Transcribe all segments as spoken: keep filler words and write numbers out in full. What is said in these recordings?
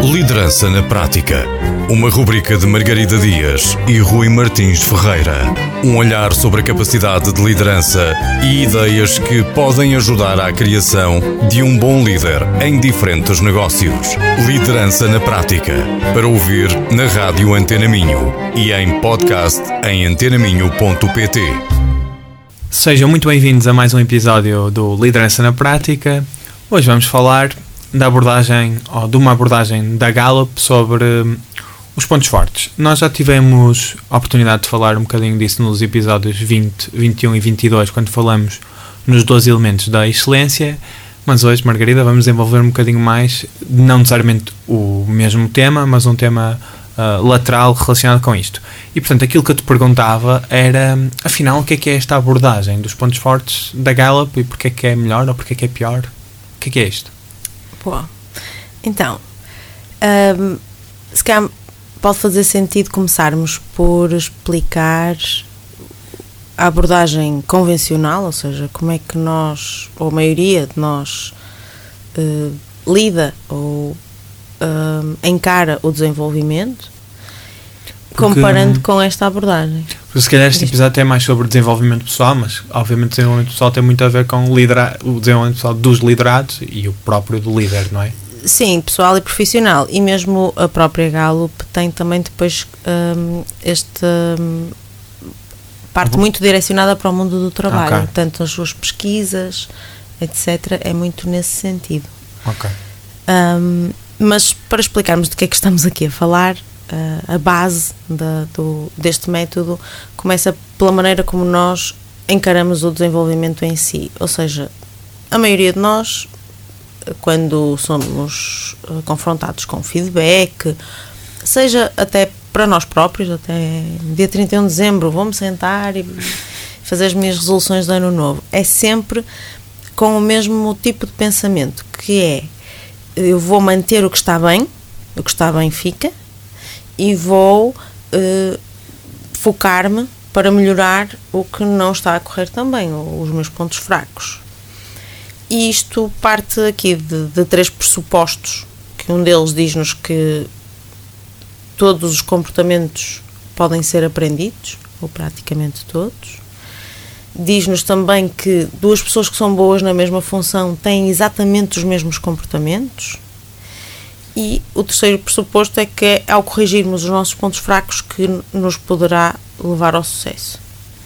Liderança na Prática. Uma rubrica de Margarida Dias e Rui Martins Ferreira. Um olhar sobre a capacidade de liderança e ideias que podem ajudar à criação de um bom líder em diferentes negócios. Liderança na Prática. Para ouvir na Rádio Antena Minho e em podcast em antena minho ponto pt. Sejam muito bem-vindos a mais um episódio do Liderança na Prática. Hoje vamos falar da abordagem, ou de uma abordagem da Gallup sobre hum, os pontos fortes. Nós já tivemos a oportunidade de falar um bocadinho disso nos episódios vinte, vinte e um e vinte e dois, quando falamos nos doze elementos da excelência, mas hoje, Margarida, vamos desenvolver um bocadinho mais, não necessariamente o mesmo tema, mas um tema uh, lateral relacionado com isto. E, portanto, aquilo que eu te perguntava era, afinal, o que é que é esta abordagem dos pontos fortes da Gallup e porque é que é melhor ou porque é que é pior? O que é que é isto? Bom, então, um, se calhar pode fazer sentido começarmos por explicar a abordagem convencional, ou seja, como é que nós, ou a maioria de nós, uh, lida ou uh, encara o desenvolvimento, porque, comparando com esta abordagem. Se calhar este episódio é mais sobre desenvolvimento pessoal, mas obviamente o desenvolvimento pessoal tem muito a ver com liderar, o desenvolvimento pessoal dos liderados e o próprio do líder, não é? Sim, pessoal e profissional. E mesmo a própria Gallup tem também depois um, esta um, parte uhum. muito direcionada para o mundo do trabalho. Okay. Portanto, as suas pesquisas, etcétera, é muito nesse sentido. Ok. Um, mas para explicarmos do que é que estamos aqui a falar, Uh, a base da, do, deste método começa pela maneira como nós encaramos o desenvolvimento em si, ou seja, a maioria de nós, quando somos uh, confrontados com feedback, seja até para nós próprios, até dia trinta e um de dezembro, vou-me sentar e fazer as minhas resoluções de ano novo, é sempre com o mesmo tipo de pensamento, que é, eu vou manter o que está bem, o que está bem fica, e vou uh, focar-me para melhorar o que não está a correr tão bem, os meus pontos fracos. E isto parte aqui de, de três pressupostos, que um deles diz-nos que todos os comportamentos podem ser aprendidos, ou praticamente todos. Diz-nos também que duas pessoas que são boas na mesma função têm exatamente os mesmos comportamentos. E o terceiro pressuposto é que é ao corrigirmos os nossos pontos fracos que nos poderá levar ao sucesso.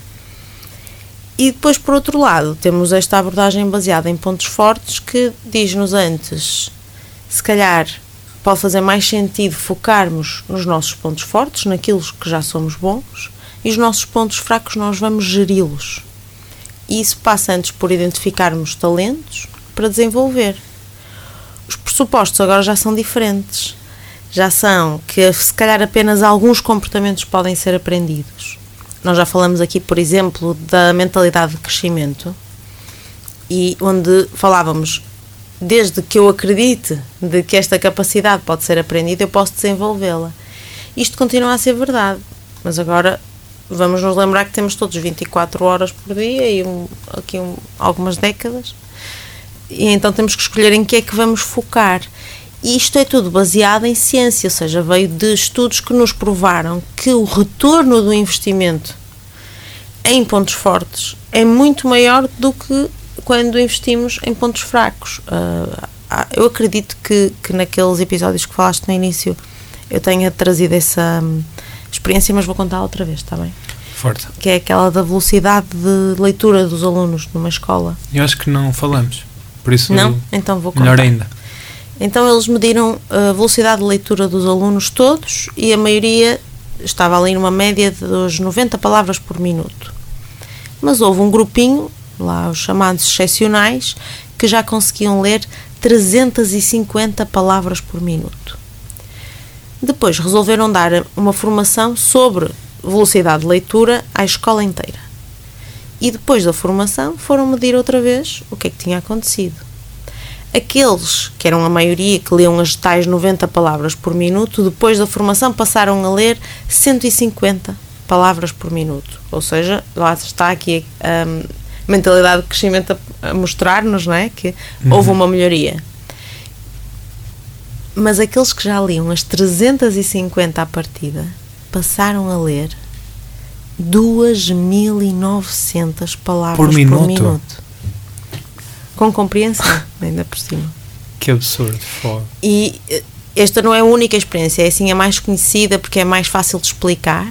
E depois, por outro lado, temos esta abordagem baseada em pontos fortes que diz-nos antes, se calhar pode fazer mais sentido focarmos nos nossos pontos fortes, naquilo que já somos bons, e os nossos pontos fracos nós vamos geri-los. E isso passa antes por identificarmos talentos para desenvolver. Os pressupostos agora já são diferentes. Já são que, se calhar, apenas alguns comportamentos podem ser aprendidos. Nós já falamos aqui, por exemplo, da mentalidade de crescimento, e onde falávamos, desde que eu acredite de que esta capacidade pode ser aprendida, eu posso desenvolvê-la. Isto continua a ser verdade, mas agora vamos nos lembrar que temos todos vinte e quatro horas por dia e um, aqui um, algumas décadas. E então temos que escolher em que é que vamos focar. E isto é tudo baseado em ciência, ou seja, veio de estudos que nos provaram que o retorno do investimento em pontos fortes é muito maior do que quando investimos em pontos fracos. Uh, eu acredito que, que naqueles episódios que falaste no início eu tenha trazido essa um, experiência, mas vou contar outra vez, está bem? Forte. Que é aquela da velocidade de leitura dos alunos numa escola. Eu acho que não falamos. Por isso, não? Então vou contar. Melhor ainda. Então eles mediram a velocidade de leitura dos alunos todos e a maioria estava ali numa média de noventa palavras por minuto. Mas houve um grupinho, lá os chamados excepcionais, que já conseguiam ler trezentas e cinquenta palavras por minuto. Depois resolveram dar uma formação sobre velocidade de leitura à escola inteira. E depois da formação foram medir outra vez o que é que tinha acontecido. Aqueles que eram a maioria que liam as tais noventa palavras por minuto, depois da formação passaram a ler cento e cinquenta palavras por minuto. Ou seja, lá está aqui a um, mentalidade de crescimento a, a mostrar-nos, não é? Que uhum. houve uma melhoria. mas aqueles que já liam as trezentas e cinquenta à partida passaram a ler duas mil e novecentas palavras por minuto. por minuto. Com compreensão, ainda por cima. Que absurdo. Foda. E esta não é a única experiência, é assim a mais conhecida porque é mais fácil de explicar,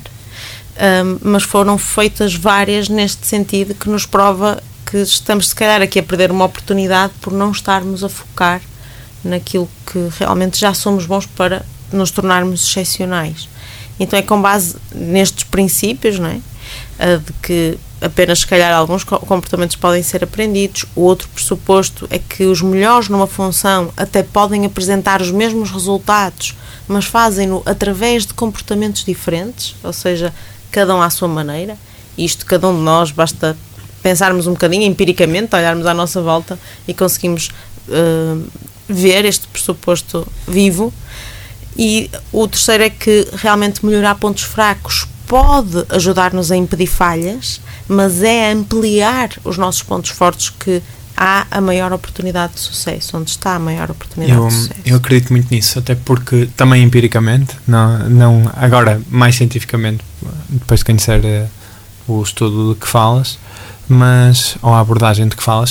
um, mas foram feitas várias neste sentido que nos prova que estamos se calhar aqui a perder uma oportunidade por não estarmos a focar naquilo que realmente já somos bons para nos tornarmos excepcionais. Então é com base nestes princípios, não é? Uh, de que apenas se calhar alguns comportamentos podem ser aprendidos. O outro pressuposto é que os melhores numa função até podem apresentar os mesmos resultados, mas fazem-no através de comportamentos diferentes, ou seja, cada um à sua maneira. Isto, cada um de nós, basta pensarmos um bocadinho empiricamente, olharmos à nossa volta e conseguimos uh, ver este pressuposto vivo. E o terceiro é que realmente melhorar pontos fracos pode ajudar-nos a impedir falhas, mas é ampliar os nossos pontos fortes que há a maior oportunidade de sucesso, onde está a maior oportunidade eu, de sucesso. Eu acredito muito nisso, até porque também empiricamente, não, não agora mais cientificamente, depois de conhecer uh, o estudo de que falas, mas, ou a abordagem de que falas,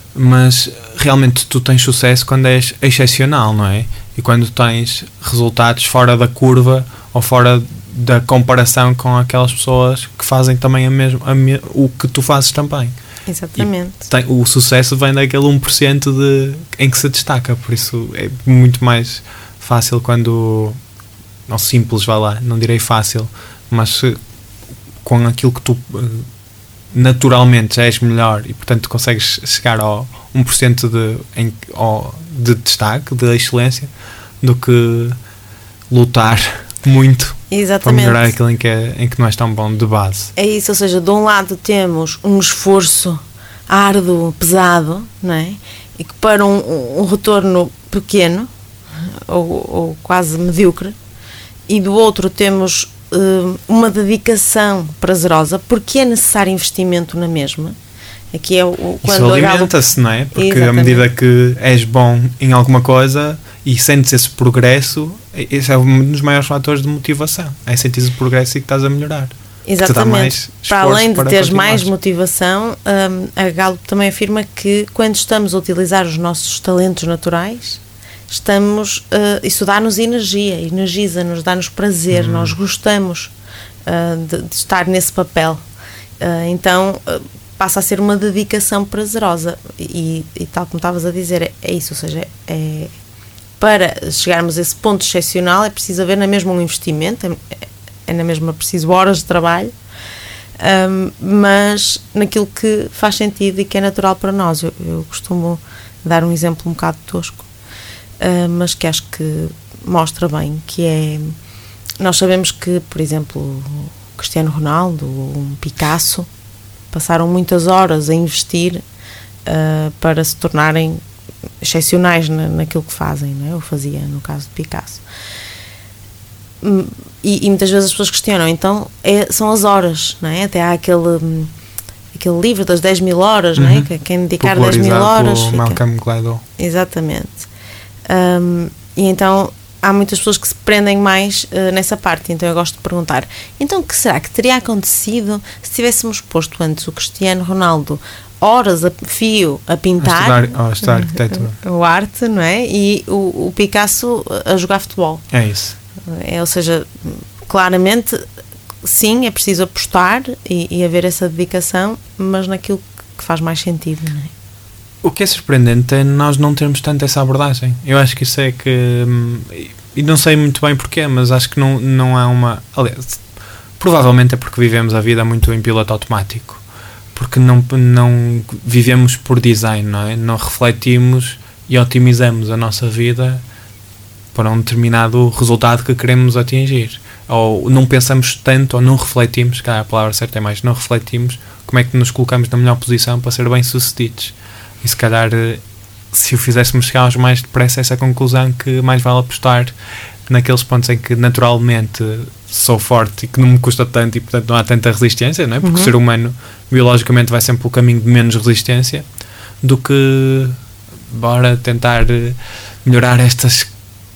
mas realmente tu tens sucesso quando és excepcional, não é? E quando tens resultados fora da curva ou fora da comparação com aquelas pessoas que fazem também a mesmo, a me, o que tu fazes também. Exatamente. Tem, o sucesso vem daquele um por cento de, em que se destaca, por isso é muito mais fácil quando, não simples, vá lá, não direi fácil, mas se, com aquilo que tu naturalmente já és melhor e portanto consegues chegar ao um por cento de, em, ao, de destaque, de excelência, do que lutar muito. Exatamente. Para melhorar aquilo em que, é, em que não és tão bom de base. É isso, ou seja, de um lado temos um esforço árduo, pesado, não é? E que para um, um retorno pequeno ou, ou quase medíocre, e do outro temos uh, uma dedicação prazerosa, porque é necessário investimento na mesma. Aqui é o, quando isso alimenta-se, não é? Porque exatamente, à medida que és bom em alguma coisa e sentes esse progresso, esse é um dos maiores fatores de motivação. É sentir esse progresso e que estás a melhorar. Exatamente. Para além de teres mais motivação, um, a Gallup também afirma que quando estamos a utilizar os nossos talentos naturais, estamos, uh, isso dá-nos energia, energiza-nos, dá-nos prazer, hum. nós gostamos uh, de, de estar nesse papel. Uh, então, uh, passa a ser uma dedicação prazerosa. E, e tal como estavas a dizer, é, é isso, ou seja, é, para chegarmos a esse ponto excepcional é preciso haver na mesma um investimento, é, é na mesma preciso horas de trabalho, um, mas naquilo que faz sentido e que é natural para nós. Eu, eu costumo dar um exemplo um bocado tosco, uh, mas que acho que mostra bem, que é, nós sabemos que, por exemplo, o Cristiano Ronaldo ou um Picasso passaram muitas horas a investir uh, para se tornarem excepcionais na, naquilo que fazem, não é? Eu fazia no caso de Picasso. E, e muitas vezes as pessoas questionam, então é, são as horas, não é? Até há aquele, aquele livro das dez mil horas, uhum. não é? Que quem dedicar dez mil horas. Fica... Malcolm Gladwell. Exatamente. Um, e então há muitas pessoas que se prendem mais uh, nessa parte, então eu gosto de perguntar, então o que será que teria acontecido se tivéssemos posto antes o Cristiano Ronaldo horas a fio a pintar, a estudar, a estudar arquitetura, o arte, não é? E o, o Picasso a jogar futebol. É isso. É, ou seja, claramente sim, é preciso apostar e, e haver essa dedicação, mas naquilo que faz mais sentido, não é? O que é surpreendente é nós não termos tanto essa abordagem. Eu acho que isso é que, e não sei muito bem porquê, mas acho que não, não há uma, aliás, provavelmente é porque vivemos a vida muito em piloto automático, porque não, não vivemos por design, não é? Não refletimos e otimizamos a nossa vida para um determinado resultado que queremos atingir, ou não pensamos tanto, ou não refletimos, cá a palavra certa é mais, não refletimos como é que nos colocamos na melhor posição para ser bem sucedidos. E se calhar, se o fizéssemos, chegarmos mais depressa a essa conclusão que mais vale apostar naqueles pontos em que naturalmente sou forte e que não me custa tanto e portanto não há tanta resistência, não é? Porque uhum. o ser humano biologicamente vai sempre pelo caminho de menos resistência, do que bora tentar melhorar estas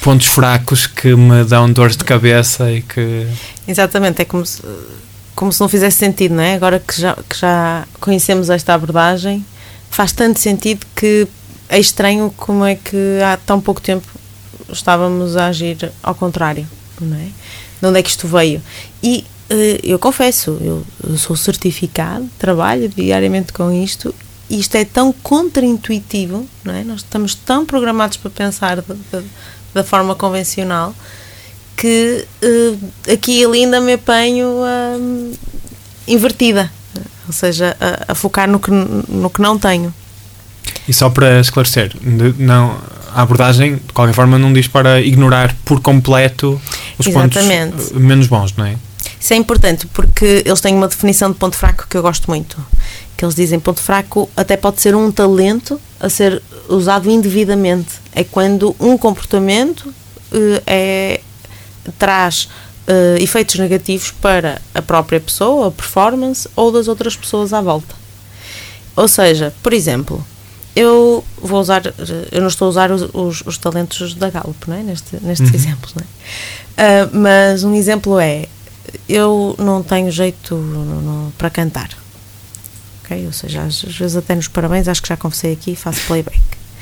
pontos fracos que me dão dores de cabeça e que... Exatamente, é como se, como se não fizesse sentido, não é? Agora que já, que já conhecemos esta abordagem, faz tanto sentido que é estranho como é que há tão pouco tempo estávamos a agir ao contrário, não é? De onde é que isto veio? E uh, eu confesso, eu, eu sou certificado, trabalho diariamente com isto, e isto é tão contraintuitivo, não é? Nós estamos tão programados para pensar de, de, da forma convencional que uh, aqui e ali ainda me apanho uh, invertida, ou seja, a, a focar no que, no que não tenho. E só para esclarecer, não, a abordagem de qualquer forma não diz para ignorar por completo os Exatamente. pontos menos bons, não é? Isso é importante porque eles têm uma definição de ponto fraco que eu gosto muito, que eles dizem ponto fraco até pode ser um talento a ser usado indevidamente. É quando um comportamento uh, é, traz uh, efeitos negativos para a própria pessoa, a performance ou das outras pessoas à volta. Ou seja, por exemplo, eu vou usar, eu não estou a usar os, os, os talentos da Gallup, não é? Neste, nestes uhum. exemplos, não é? Uh, mas um exemplo é, eu não tenho jeito no, no, para cantar. Okay? Ou seja, às, às vezes até nos parabéns, acho que já confessei aqui, faço playback.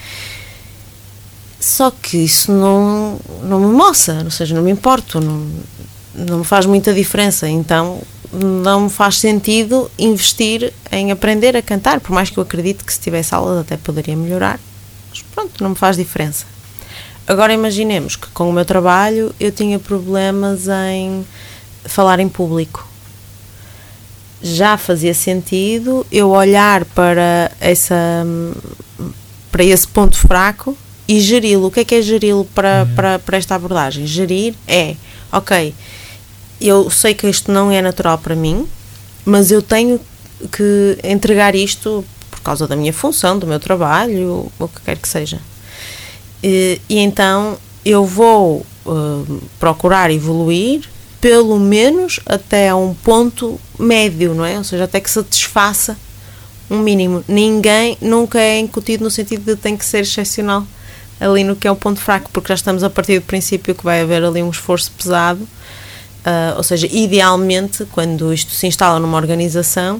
Só que isso não, não me moça, ou seja, não me importo, não, não me faz muita diferença, então não me faz sentido investir em aprender a cantar, por mais que eu acredite que se tivesse aulas até poderia melhorar, mas pronto, não me faz diferença. Agora imaginemos que com o meu trabalho eu tinha problemas em falar em público. Já fazia sentido eu olhar para, essa, para esse ponto fraco e geri-lo. O que é que é geri-lo para, uhum. para, para esta abordagem? Gerir é, ok, eu sei que isto não é natural para mim, mas eu tenho que entregar isto por causa da minha função, do meu trabalho, o que quer que seja. E, e então eu vou uh, procurar evoluir pelo menos até a um ponto médio, não é? Ou seja, até que satisfaça um mínimo. Ninguém nunca é incutido no sentido de tem que ser excepcional ali no que é o ponto fraco, porque já estamos a partir do princípio que vai haver ali um esforço pesado, uh, ou seja, idealmente, quando isto se instala numa organização,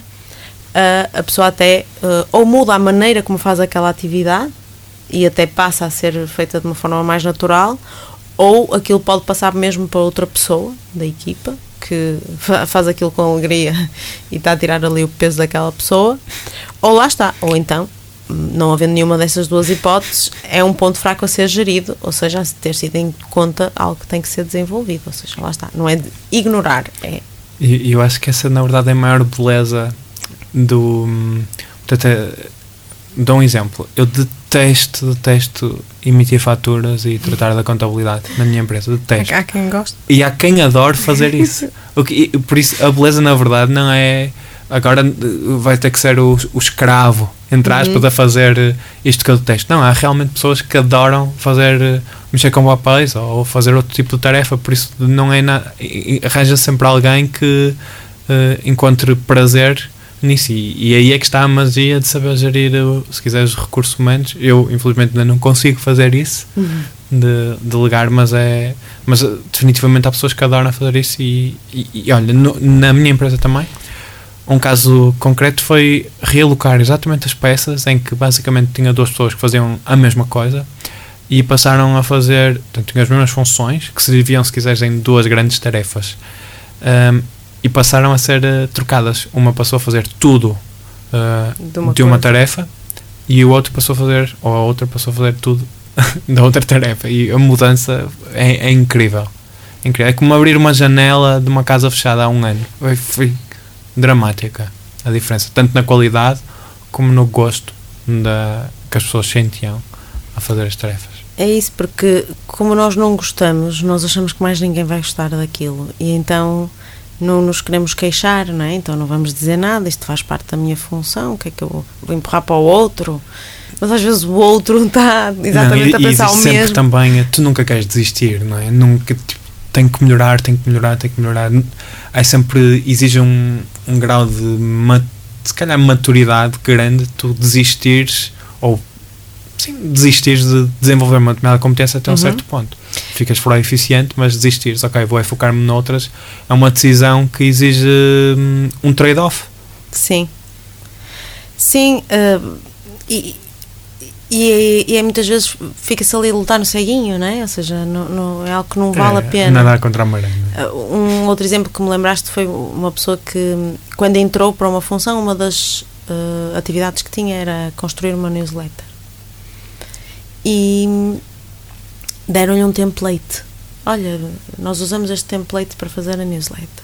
uh, a pessoa até uh, ou muda a maneira como faz aquela atividade e até passa a ser feita de uma forma mais natural, ou aquilo pode passar mesmo para outra pessoa da equipa que faz aquilo com alegria e está a tirar ali o peso daquela pessoa, ou lá está, ou então, não havendo nenhuma dessas duas hipóteses, é um ponto fraco a ser gerido, ou seja, a ter sido em conta algo que tem que ser desenvolvido, ou seja, lá está, não é de ignorar, é... E eu acho que essa na verdade é a maior beleza do... Portanto, dou um exemplo, eu detesto, detesto emitir faturas e tratar da contabilidade na minha empresa, detesto. Há quem goste. E há quem adore fazer isso. O que, por isso, a beleza na verdade não é, agora vai ter que ser o, o escravo, entre aspas, uhum. a fazer isto que eu detesto. Não, há realmente pessoas que adoram fazer, mexer com papéis ou fazer outro tipo de tarefa, por isso não é nada, arranja sempre alguém que uh, encontre prazer nisso, e, e aí é que está a magia de saber gerir, se quiseres, os recursos humanos. Eu infelizmente ainda não consigo fazer isso, uhum. de delegar, mas é mas definitivamente há pessoas que adoram fazer isso, e, e, e olha, no, na minha empresa também um caso concreto foi realocar exatamente as peças em que basicamente tinha duas pessoas que faziam a mesma coisa e passaram a fazer, portanto, tinham as mesmas funções que serviam, se quiseres, em duas grandes tarefas, um, e passaram a ser uh, trocadas. Uma passou a fazer tudo uh, de, uma, de uma tarefa, e o outro passou a fazer, ou a outra passou a fazer tudo da outra tarefa, e a mudança é, é incrível. incrível. É como abrir uma janela de uma casa fechada há um ano. Foi, foi dramática a diferença, tanto na qualidade como no gosto da, que as pessoas sentiam a fazer as tarefas. É isso, porque como nós não gostamos, nós achamos que mais ninguém vai gostar daquilo, e então não nos queremos queixar, não é? Então não vamos dizer nada, isto faz parte da minha função, o que é que eu vou empurrar para o outro? Mas às vezes o outro está exatamente não, e, a pensar o mesmo. E sempre também, tu nunca queres desistir, não é? Nunca, tipo, tenho que melhorar, tenho que melhorar, tenho que melhorar. Aí sempre exige um, um grau de, se calhar, maturidade grande, tu desistires, ou sim, desistires de desenvolver uma determinada competência até um uhum. certo ponto. Ficas fora eficiente, mas desistires, ok, vou é focar-me noutras, é uma decisão que exige hum, um trade-off. Sim. Sim, uh, e, e, e é, muitas vezes fica-se ali a lutar no ceguinho, não é? Ou seja, não, não, é algo que não vale é, a pena. Nadar contra a maré. Uh, um outro exemplo que me lembraste foi uma pessoa que, quando entrou para uma função, uma das uh, atividades que tinha era construir uma newsletter. E deram-lhe um template. Olha, nós usamos este template para fazer a newsletter.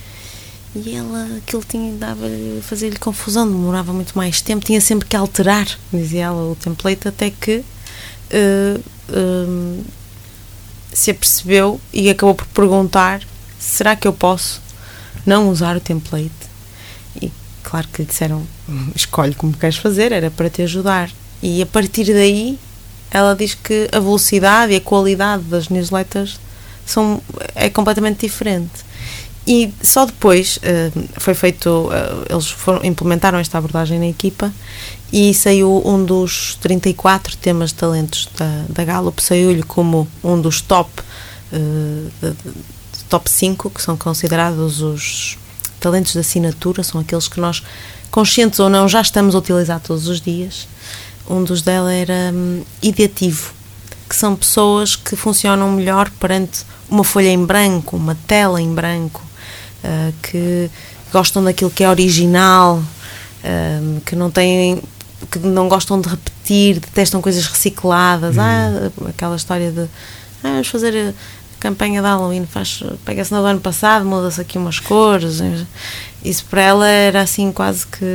E ela, aquilo tinha, dava, fazia-lhe confusão, demorava muito mais tempo, tinha sempre que alterar, dizia ela, o template, até que uh, uh, se apercebeu e acabou por perguntar: será que eu posso não usar o template? E claro que lhe disseram: escolhe como queres fazer, era para te ajudar. E a partir daí ela diz que a velocidade e a qualidade das newsletters são, é completamente diferente. E só depois uh, foi feito, uh, eles foram, implementaram esta abordagem na equipa e saiu um dos trinta e quatro temas de talentos da, da Gallup, saiu-lhe como um dos top, uh, de, de, top cinco, que são considerados os talentos de assinatura, são aqueles que nós, conscientes ou não, já estamos a utilizar todos os dias. Um dos dela era um, ideativo, que são pessoas que funcionam melhor perante uma folha em branco, uma tela em branco, uh, que gostam daquilo que é original, uh, que não têm, que não gostam de repetir, detestam coisas recicladas. Hum. Ah, aquela história de ah, vamos fazer a campanha de Halloween, faz, pega-se no ano passado, muda-se aqui umas cores. Isso para ela era assim quase que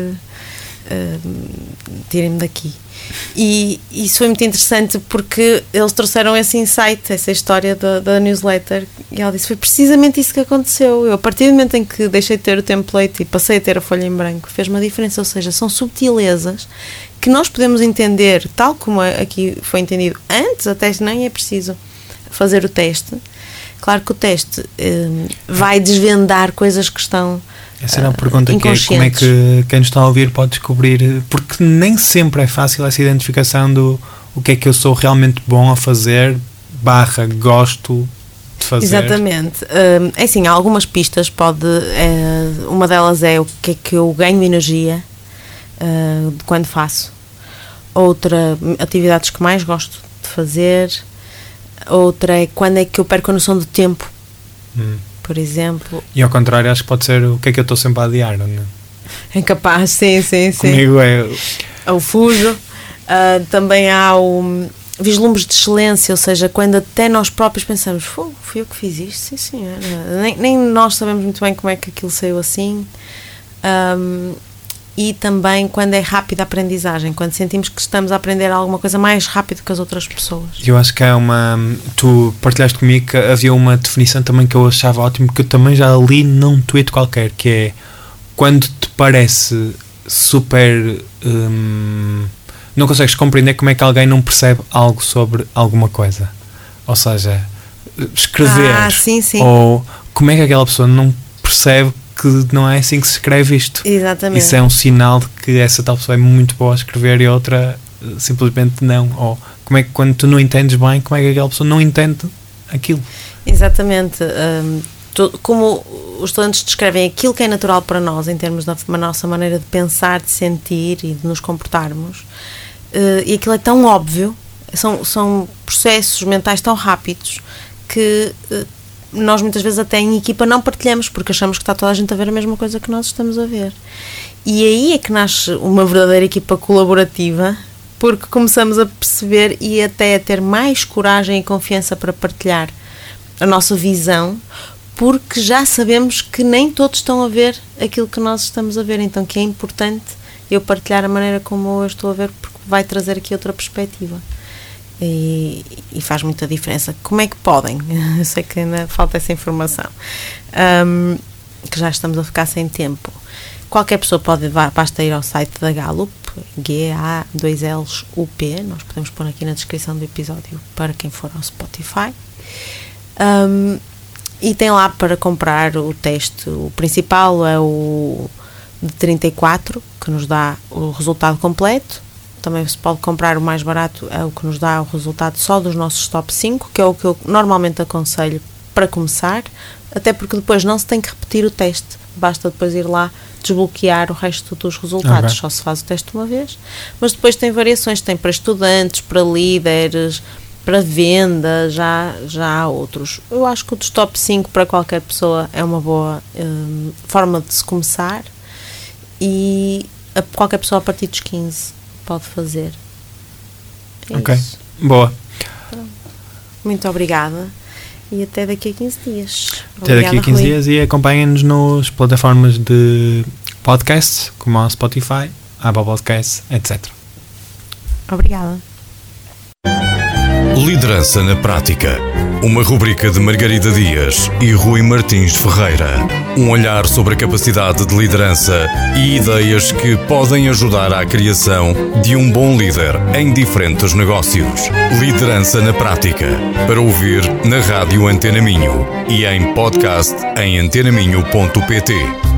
uh, tirem-me daqui. E isso foi muito interessante porque eles trouxeram esse insight, essa história da, da newsletter, e ela disse: foi precisamente isso que aconteceu. Eu, a partir do momento em que deixei de ter o template e passei a ter a folha em branco, fez uma diferença. Ou seja, são subtilezas que nós podemos entender tal como aqui foi entendido antes, até nem é preciso fazer o teste. Claro que o teste um, vai desvendar coisas que estão essa era a pergunta, que é como é que quem nos está a ouvir pode descobrir, porque nem sempre é fácil essa identificação do o que é que eu sou realmente bom a fazer, barra, gosto de fazer. Exatamente. Um, é assim, há algumas pistas, pode, é, uma delas é o que é que eu ganho energia uh, quando faço. Outra, atividades que mais gosto de fazer. Outra é quando é que eu perco a noção do tempo. Hum. Por exemplo. E ao contrário, acho que pode ser o que é que eu estou sempre a adiar, não é? É capaz, sim, sim, sim. Comigo é o fujo. Uh, também há o vislumbres de excelência, ou seja, quando até nós próprios pensamos: fui eu que fiz isto, sim senhora. Nem, nem nós sabemos muito bem como é que aquilo saiu assim. Um, e também quando é rápida a aprendizagem, quando sentimos que estamos a aprender alguma coisa mais rápido que as outras pessoas. Eu acho que há uma... Tu partilhaste comigo que havia uma definição também que eu achava ótimo, que eu também já li num tweet qualquer, que é quando te parece super... Hum, não consegues compreender como é que alguém não percebe algo sobre alguma coisa. Ou seja, escrever. Ah, sim, sim. Ou como é que aquela pessoa não percebe que não é assim que se escreve isto. Exatamente. Isso é um sinal de que essa tal pessoa é muito boa a escrever e outra simplesmente não. Ou como é que quando tu não entendes bem, como é que aquela pessoa não entende aquilo. Exatamente. Um, tu, como os talentos descrevem aquilo que é natural para nós em termos da nossa maneira de pensar, de sentir e de nos comportarmos, uh, e aquilo é tão óbvio, são, são processos mentais tão rápidos que... Uh, nós muitas vezes até em equipa não partilhamos porque achamos que está toda a gente a ver a mesma coisa que nós estamos a ver, e aí é que nasce uma verdadeira equipa colaborativa, porque começamos a perceber e até a ter mais coragem e confiança para partilhar a nossa visão, porque já sabemos que nem todos estão a ver aquilo que nós estamos a ver, então que é importante eu partilhar a maneira como eu estou a ver, porque vai trazer aqui outra perspectiva. E, e faz muita diferença. Como é que podem? Eu sei que ainda falta essa informação, um, que já estamos a ficar sem tempo. Qualquer pessoa pode, basta ir ao site da Gallup, G A dois L's U P, nós podemos pôr aqui na descrição do episódio para quem for ao Spotify, um, e tem lá para comprar o teste. O principal é o de trinta e quatro, que nos dá o resultado completo. também se pode comprar o mais barato, é o que nos dá o resultado só dos nossos top cinco, que é o que eu normalmente aconselho para começar, até porque depois não se tem que repetir o teste, basta depois ir lá desbloquear o resto dos resultados, okay. Só se faz o teste uma vez, mas depois tem variações, tem para estudantes, para líderes, para venda, já, já há outros. Eu acho que o dos top cinco para qualquer pessoa é uma boa hum, forma de se começar, e a, qualquer pessoa a partir dos quinze pode fazer. É ok, isso. Boa. Muito obrigada e até daqui a quinze dias. Até Obrigada, daqui a quinze Rui. dias, e acompanhem-nos nas plataformas de podcast, como a Spotify, Apple Podcasts, etcétera. Obrigada. Liderança na Prática. Uma rubrica de Margarida Dias e Rui Martins de Ferreira. Um olhar sobre a capacidade de liderança e ideias que podem ajudar à criação de um bom líder em diferentes negócios. Liderança na Prática. Para ouvir na Rádio Antena Minho e em podcast em antena minho ponto pt.